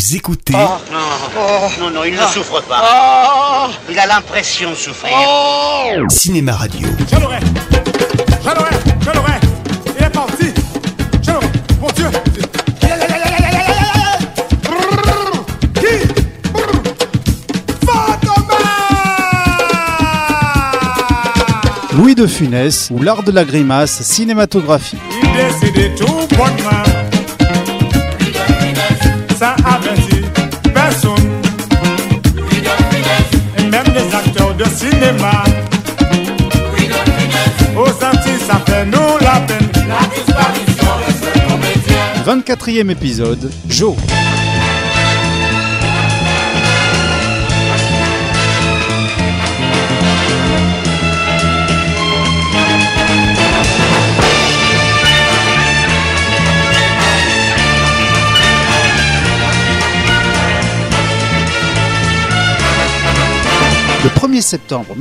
Vous écoutez... Non, il ne souffre pas. Il a l'impression de souffrir. Cinéma Radio. Je l'aurai. Il est parti. Je l'aurai. Mon Dieu. Louis de Funès ou l'art de la grimace cinématographique. Il décide tout bonnement. Ça avertit personne. Et même les acteurs de cinéma. Aux Antilles, ça fait nous la peine. La disparition de ce comédien. 24e épisode, Joe. Le 1er septembre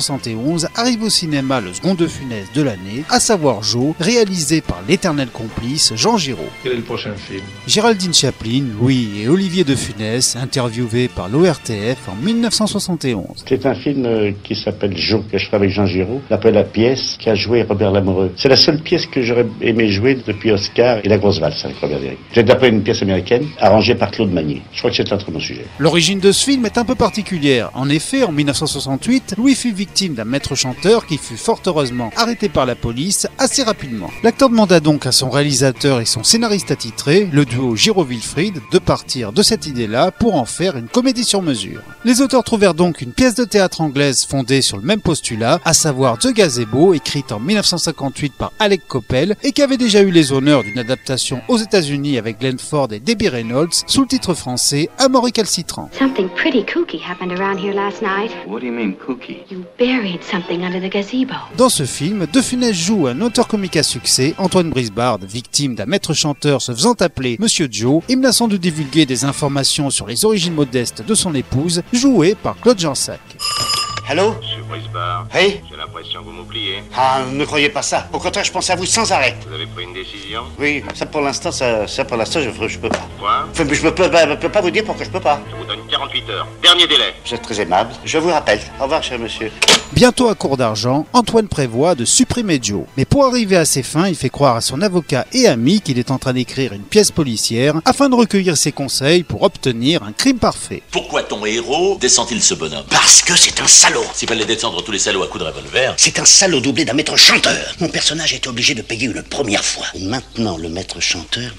1971 arrive au cinéma le second de Funès de l'année, à savoir Joe, réalisé par l'éternel complice Jean Giraud. Quel est le prochain film? Géraldine Chaplin, oui, et Olivier de Funès, interviewé par l'ORTF en 1971. C'est un film qui s'appelle Joe, que je fais avec Jean Giraud, d'après la pièce qu'a joué Robert Lamoureux. C'est la seule pièce que j'aurais aimé jouer depuis Oscar et La Grosse Valse avec Robert Derrick. C'est d'après une pièce américaine, arrangée par Claude Magnier. Je crois que c'est un très bon sujet. L'origine de ce film est un peu particulière. En effet, en 1968, Louis fut victime d'un maître chanteur qui fut fort heureusement arrêté par la police assez rapidement. L'acteur demanda donc à son réalisateur et son scénariste attitré, le duo Giraud-Wilfried, de partir de cette idée-là pour en faire une comédie sur mesure. Les auteurs trouvèrent donc une pièce de théâtre anglaise fondée sur le même postulat, à savoir The Gazebo, écrite en 1958 par Alec Coppel et qui avait déjà eu les honneurs d'une adaptation aux États-Unis avec Glenn Ford et Debbie Reynolds, sous le titre français Amour récalcitrant. Something pretty kooky happened around here last night. What do you mean, kooky? You buried something under the gazebo. Dans ce film, De Funès joue un auteur comique à succès, Antoine Brisbard, victime d'un maître chanteur se faisant appeler Monsieur Joe et menaçant de divulguer des informations sur les origines modestes de son épouse, jouée par Claude Jansac. Allô? Monsieur Brisbard, Oui? j'ai l'impression que vous m'oubliez. Ah, ne croyez pas ça. Au contraire, je pense à vous sans arrêt. Vous avez pris une décision? Oui, ça pour l'instant, je peux pas. Quoi? Enfin, je peux pas vous dire pourquoi je peux pas. Je vous donne 48 heures. Dernier délai. Vous êtes très aimable. Je vous rappelle. Au revoir, cher monsieur. Bientôt à court d'argent, Antoine prévoit de supprimer Joe. Mais pour arriver à ses fins, il fait croire à son avocat et ami qu'il est en train d'écrire une pièce policière afin de recueillir ses conseils pour obtenir un crime parfait. Pourquoi ton héros descend-il ce bonhomme? Parce que c'est un salaud. S'il fallait descendre tous les salauds à coups de revolver. C'est un salaud doublé d'un maître chanteur. Mon personnage a été obligé de payer une première fois. Et maintenant, le maître chanteur...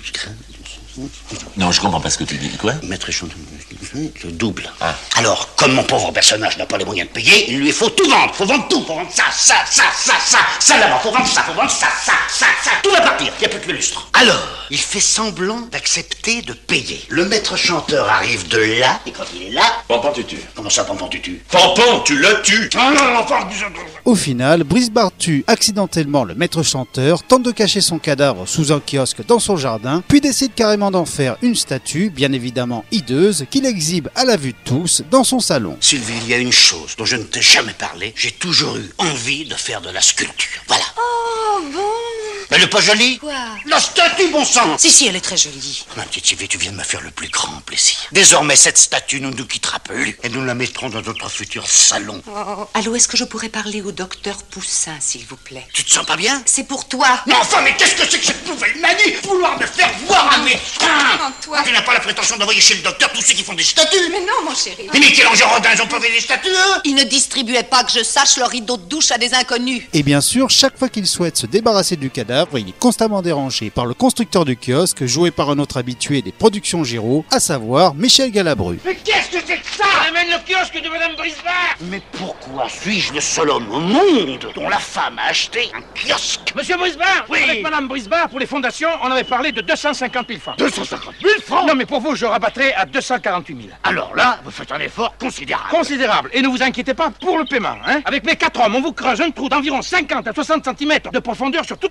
Non, je comprends pas ce que tu dis. Quoi? Maître chanteur... le double. Ah. Alors, comme mon pauvre personnage n'a pas les moyens de payer, il lui faut tout vendre. Faut vendre tout. Faut vendre ça là-bas. Faut vendre ça. Tout va partir. Il n'y a plus que le lustre. Alors, il fait semblant d'accepter de payer. Le maître chanteur arrive de là, et quand il est là... Pampon, tu tues. Comment ça, Pampon, tu tues? Pampon, tu le tues. Au final, Brisbard tue accidentellement le maître chanteur, tente de cacher son cadavre sous un kiosque dans son jardin, puis décide carrément d'en faire une statue, bien évidemment hideuse, qu'il exhibe à la vue de tous dans son salon. Sylvie, il y a une chose dont je ne t'ai jamais parlé. J'ai toujours eu envie de faire de la sculpture. Voilà. Oh, bon. Elle est pas jolie? Quoi? La statue, bon sang! Si, elle est très jolie. Ma petite Sylvie, tu viens de me faire le plus grand plaisir. Désormais, cette statue ne nous quittera plus. Et nous la mettrons dans notre futur salon. Oh. Allô, est-ce que je pourrais parler au docteur Poussin, s'il vous plaît? Tu te sens pas bien? C'est pour toi. Mais enfin, mais qu'est-ce que c'est que cette nouvelle manie? Vouloir me faire voir un médecin! Antoine. Tu n'as pas la prétention d'envoyer chez le docteur tous ceux qui font des statues? Mais non, mon chéri. Mais Michel-Ange Rodin, ils ont pas fait des statues, eux? Il ne distribuait pas, que je sache, leur rideau de douche à des inconnus. Et bien sûr, chaque fois qu'il souhaite se débarrasser du cadavre, il est constamment dérangé par le constructeur du kiosque, joué par un autre habitué des productions Giraud, à savoir Michel Galabru. Mais qu'est-ce que c'est que ça? Amène le kiosque de Madame Brisbard. Mais pourquoi suis-je le seul homme au monde dont la femme a acheté un kiosque? Monsieur Brisbard, Oui. avec Madame Brisbard, pour les fondations, on avait parlé de 250 000 francs. 250 000 francs? Non, mais pour vous, je rabattrai à 248 000. Alors là, vous faites un effort considérable. Considérable. Et ne vous inquiétez pas pour le paiement, hein. Avec mes 4 hommes, on vous creuse un trou d'environ 50 à 60 cm de profondeur sur toute la surface.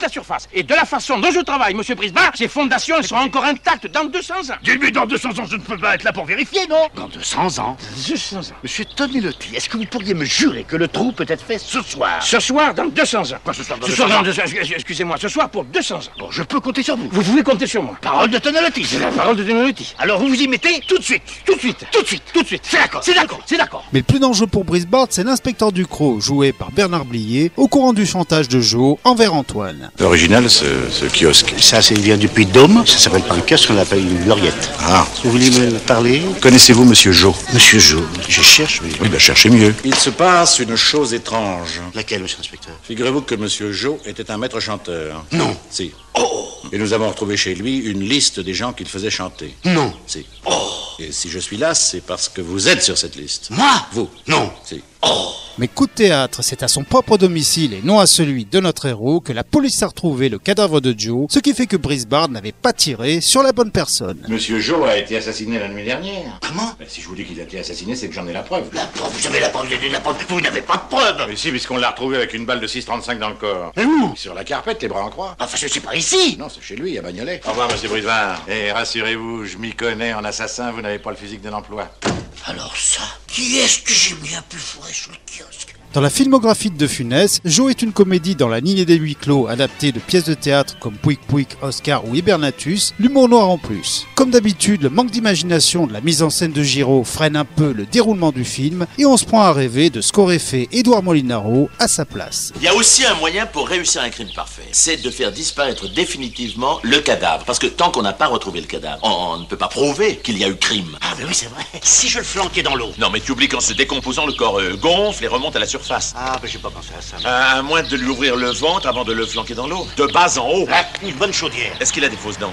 Et de la façon dont je travaille, monsieur Brisbard, ces fondations seront encore intactes dans 200 ans. Dis-lui, dans 200 ans, je ne peux pas être là pour vérifier, non? Dans 200 ans? 200 ans. Monsieur Tonelotti, est-ce que vous pourriez me jurer que le trou peut être fait ce soir? Ce soir, dans 200 ans. Quoi, ce soir, dans Ce 200 soir, ans? dans 200 ans. Excusez-moi, ce soir pour 200 ans. Bon, je peux compter sur vous. Vous pouvez compter sur moi. Parole de Tonelotti. C'est la parole de Tonelotti. Alors vous vous y mettez tout de suite. Tout de suite. Tout de suite. Tout de suite. C'est d'accord. C'est d'accord. C'est d'accord. Mais le plus dangereux pour Brisbard, c'est l'inspecteur Ducrot, joué par Bernard Blier, au courant du chantage de Joe envers Antoine. L'original, ce kiosque. Ça, c'est vient du Puy-de-Dôme. Ça s'appelle pas un kiosque, on l'appelle une gloriette. Ah. Vous voulez me parler? Connaissez-vous Monsieur Jo? Monsieur Jo, je cherche, mais... Oui, cherchez mieux. Il se passe une chose étrange. Laquelle, monsieur l'inspecteur? Figurez-vous que Monsieur Jo était un maître chanteur. Non. Si. Oh! Et nous avons retrouvé chez lui une liste des gens qu'il faisait chanter. Non. Si. Oh! Et si je suis là, c'est parce que vous êtes sur cette liste. Moi? Vous? Non. Si. Oh! Mais coup de théâtre, c'est à son propre domicile et non à celui de notre héros que la police a retrouvé le cadavre de Joe, ce qui fait que Brisbard n'avait pas tiré sur la bonne personne. Monsieur Jo a été assassiné la nuit dernière. Comment? Si je vous dis qu'il a été assassiné, c'est que j'en ai la preuve. La preuve, vous avez la preuve, vous n'avez pas de preuve. Mais si, puisqu'on l'a retrouvé avec une balle de 6,35 dans le corps. Mais où? Sur la carpette, les bras en croix. Enfin, je suis pas ici. Non, c'est chez lui, à Bagnolet. Au revoir, monsieur Brisbard. Et rassurez-vous, je m'y connais en assassin, vous n'avez pas le physique de l'emploi. Alors ça, qui est-ce que j'ai bien pu fourrer sous le kiosque? Dans la filmographie de De Funès, Joe est une comédie dans la lignée des huis clos adaptée de pièces de théâtre comme Pouic Pouic, Oscar ou Hibernatus, l'humour noir en plus. Comme d'habitude, le manque d'imagination de la mise en scène de Giraud freine un peu le déroulement du film et on se prend à rêver de ce qu'aurait fait Édouard Molinaro à sa place. Il y a aussi un moyen pour réussir un crime parfait, c'est de faire disparaître définitivement le cadavre. Parce que tant qu'on n'a pas retrouvé le cadavre, on ne peut pas prouver qu'il y a eu crime. Ah, mais oui, c'est vrai. Si je le flanquais dans l'eau. Non, mais tu oublies qu'en se décomposant, le corps gonfle et remonte à la surface. Ah, ben j'ai pas pensé à ça. À moins de lui ouvrir le ventre avant de le flanquer dans l'eau. De bas en haut. Ah, une bonne chaudière. Est-ce qu'il a des fausses dents?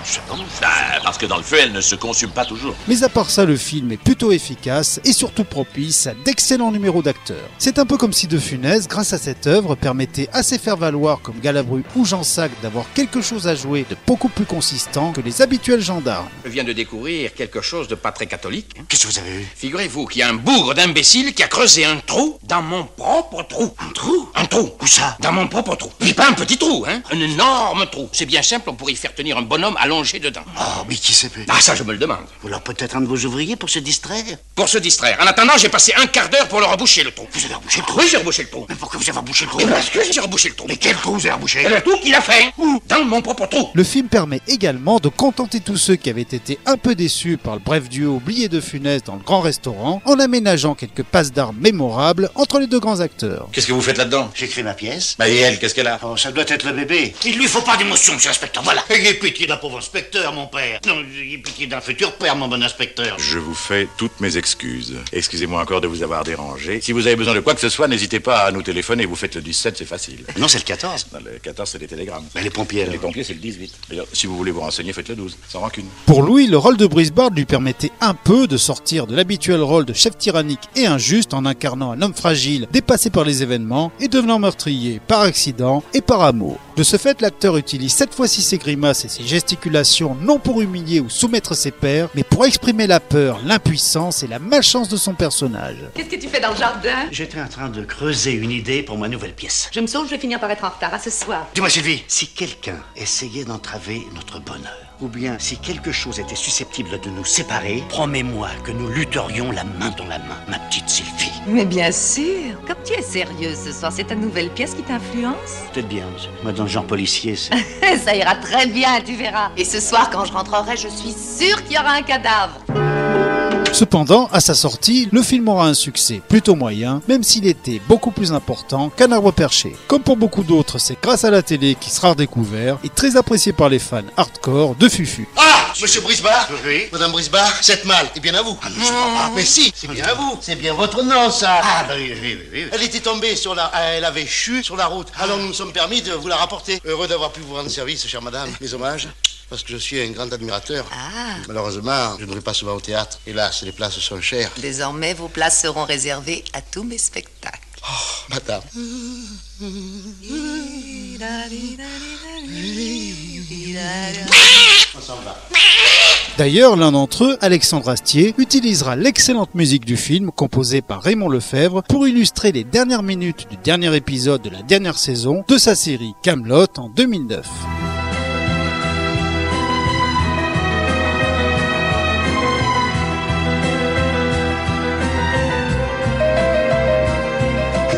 Parce que dans le feu, elles ne se consument pas toujours. Mais à part ça, le film est plutôt efficace et surtout propice à d'excellents numéros d'acteurs. C'est un peu comme si De Funès, grâce à cette œuvre, permettait à ses faire-valoir comme Galabru ou Jean Sac d'avoir quelque chose à jouer de beaucoup plus consistant que les habituels gendarmes. Je viens de découvrir quelque chose de pas très catholique. Qu'est-ce que vous avez vu? Figurez-vous qu'il y a un bougre d'imbécile qui a creusé un trou dans mon propre trou. Un trou? Un trou. Où ça? Dans mon propre trou. Puis pas un petit trou, hein. Un énorme trou. C'est bien simple, on pourrait y faire tenir un bonhomme allongé dedans. Oh, mais qui c'est peut? Ah, ça, je me le demande. Ou alors peut-être un de vos ouvriers pour se distraire? Pour se distraire. En attendant, j'ai passé un quart d'heure pour le reboucher, le trou. Vous avez rebouché le trou? Oui, j'ai rebouché le trou. Mais pourquoi vous avez rebouché le trou? Parce que j'ai rebouché le trou. Mais quel trou vous avez rebouché? Le trou qu'il a fait. Où? Dans mon propre trou. Le film permet également de contenter tous ceux qui avaient été un peu déçus par le bref duo Blier de Funès dans le grand restaurant, en aménageant quelques passes d'armes mémorables entre les deux grands acteurs. Qu'est-ce que vous faites là-dedans? J'écris ma pièce. Bah et elle, qu'est-ce qu'elle a? Oh, ça doit être le bébé. Il lui faut pas d'émotion, monsieur l'inspecteur, voilà. Ayez pitié d'un pauvre inspecteur, mon père. Non, ayez pitié d'un futur père, mon bon inspecteur. Je vous fais toutes mes excuses. Excusez-moi encore de vous avoir dérangé. Si vous avez besoin de quoi que ce soit, n'hésitez pas à nous téléphoner. Vous faites le 17, c'est facile. Non, c'est le 14. Non, le 14, c'est les télégrammes. Mais les pompiers, alors? Les pompiers, c'est le 18. D'ailleurs, si vous voulez vous renseigner, faites le 12, sans rancune. Pour Louis, le rôle de Brisbard lui permettait un peu de sortir de l'habituel rôle de chef tyrannique et injuste en incarnant un homme fragile, dépassé par les événements et devenant meurtrier par accident et par amour. De ce fait, l'acteur utilise cette fois-ci ses grimaces et ses gesticulations non pour humilier ou soumettre ses pairs, mais pour exprimer la peur, l'impuissance et la malchance de son personnage. Qu'est-ce que tu fais dans le jardin? J'étais en train de creuser une idée pour ma nouvelle pièce. Je me sauve, je vais finir par être en retard. À ce soir. Dis-moi, Sylvie, si quelqu'un essayait d'entraver notre bonheur, ou bien si quelque chose était susceptible de nous séparer, promets-moi que nous lutterions la main dans la main, ma petite Sylvie. Mais bien sûr. Comme tu es sérieuse ce soir, c'est ta nouvelle pièce qui t'influence? Peut-être bien, monsieur. Moi, dans le genre policier, c'est... Ça ira très bien, tu verras. Et ce soir, quand je rentrerai, je suis sûre qu'il y aura un cadavre. Cependant, à sa sortie, le film aura un succès plutôt moyen, même s'il était beaucoup plus important qu'un arbre perché. Comme pour beaucoup d'autres, c'est grâce à la télé qu'il sera redécouvert et très apprécié par les fans hardcore de Fufu. Ah, monsieur Brisbard? Oui. Madame Brisbard, cette malle est bien à vous. Ah, mais je crois pas. Mais si, c'est bien à vous. C'est bien votre nom, ça. Ah, bah oui. Elle était tombée sur la... Elle avait chu sur la route. Alors nous nous sommes permis de vous la rapporter. Heureux d'avoir pu vous rendre service, chère madame. Mes hommages. Parce que je suis un grand admirateur. Ah. Malheureusement, je ne vais pas souvent au théâtre. Hélas, les places sont chères. Désormais, vos places seront réservées à tous mes spectacles. Oh, madame. On s'en va. D'ailleurs, l'un d'entre eux, Alexandre Astier, utilisera l'excellente musique du film composée par Raymond Lefebvre pour illustrer les dernières minutes du dernier épisode de la dernière saison de sa série Kaamelott en 2009.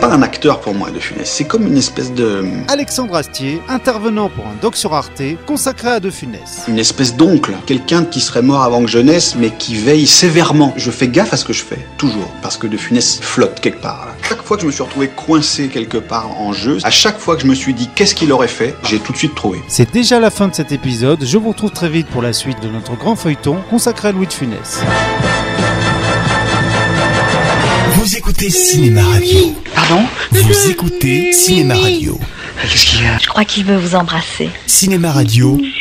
pas un acteur pour moi, De Funès. C'est comme une espèce de... Alexandre Astier, intervenant pour un doc sur Arte, consacré à De Funès. Une espèce d'oncle. Quelqu'un qui serait mort avant que je naisse, mais qui veille sévèrement. Je fais gaffe à ce que je fais, toujours. Parce que De Funès flotte quelque part. Chaque fois que je me suis retrouvé coincé quelque part en jeu, à chaque fois que je me suis dit qu'est-ce qu'il aurait fait, j'ai tout de suite trouvé. C'est déjà la fin de cet épisode. Je vous retrouve très vite pour la suite de notre grand feuilleton consacré à Louis de Funès. Vous écoutez Cinéma Radio. Pardon ? Vous écoutez Cinéma Radio. Qu'est-ce qu'il y a ? Je crois qu'il veut vous embrasser. Cinéma Radio,